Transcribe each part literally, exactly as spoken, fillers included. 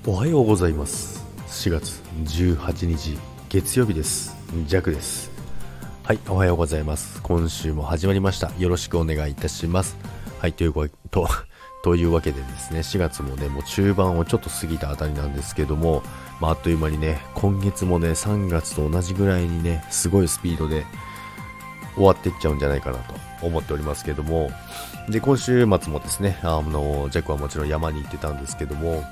おはようございます。しがつじゅうはちにち月曜日です。ジャクです。はい、おはようございます。今週も始まりました。よろしくお願いいたします。はい、というわけとというわけでですね、しがつもねもう中盤をちょっと過ぎたあたりなんですけども、まあ、あっという間にね今月もねさんがつと同じぐらいにねすごいスピードで終わっていっちゃうんじゃないかなと思っておりますけども、で今週末もですね、あのジャクはもちろん山に行ってたんですけども、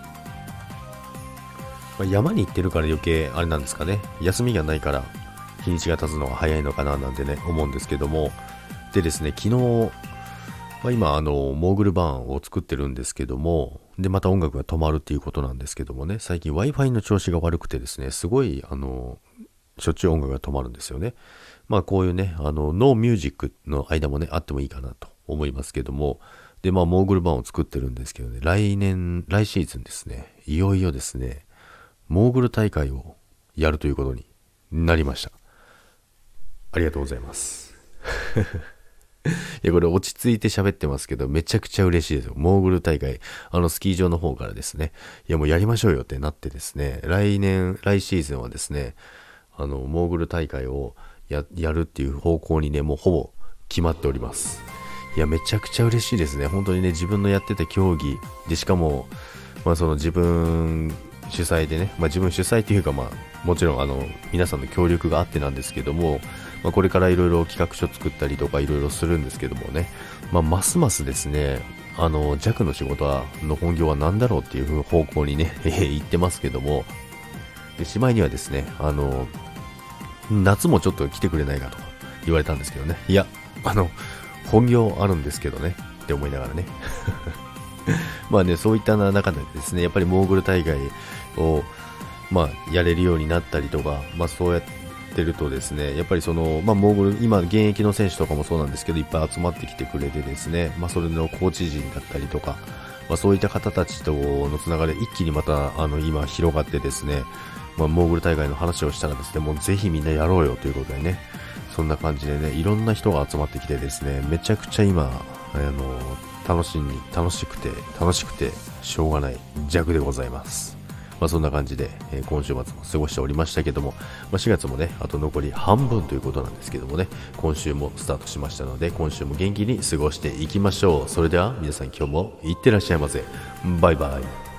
まあ、山に行ってるから余計あれなんですかね、休みがないから日にちが経つのが早いのかななんてね思うんですけども、でですね昨日、まあ、今あのモーグルバーンを作ってるんですけども、でまた音楽が止まるっていうことなんですけどもね、最近 Wi-Fi の調子が悪くてですね、すごいあのしょっちゅう音楽が止まるんですよね。まあこういうねあのノーミュージックの間もねあってもいいかなと思いますけども、でまあモーグルバーンを作ってるんですけどね、来年来シーズンですね、いよいよですねモーグル大会をやるということになりました。ありがとうございます。いやこれ落ち着いて喋ってますけど、めちゃくちゃ嬉しいですよ。モーグル大会、あのスキー場の方からですね、いやもうやりましょうよってなってですね、来年来シーズンはですね、あのモーグル大会を や, やるっていう方向にねもうほぼ決まっております。いやめちゃくちゃ嬉しいですね。本当にね自分のやってた競技で、しかもまあその自分主催でね、まあ、自分主催というか、まあ、もちろんあの皆さんの協力があってなんですけども、まあ、これからいろいろ企画書作ったりとかいろいろするんですけどもね、まあ、ますますですねあの弱の仕事はの本業は何だろうっていう方向にね言ってますけども、でしまいにはですねあの夏もちょっと来てくれないかと言われたんですけどね、いやあの本業あるんですけどねって思いながらねまあね、そういった中でですね、やっぱりモーグル大会を、まあ、やれるようになったりとか、まあ、そうやってるとですね、やっぱりその、まあ、モーグル、今、現役の選手とかもそうなんですけど、いっぱい集まってきてくれてですね、まあ、それのコーチ陣だったりとか、まあ、そういった方たちとのつながり、一気にまた、あの、今、広がってですね、まあ、モーグル大会の話をしたらですね、もうぜひみんなやろうよということでね、そんな感じでね、いろんな人が集まってきてですね、めちゃくちゃ今、あの、楽しみ、楽しくて、楽しくて、しょうがない弱でございます。まあそんな感じで、えー、今週末も過ごしておりましたけども、まあ、しがつもね、あと残り半分ということなんですけどもね、今週もスタートしましたので、今週も元気に過ごしていきましょう。それでは皆さん今日もいってらっしゃいませ。バイバイ。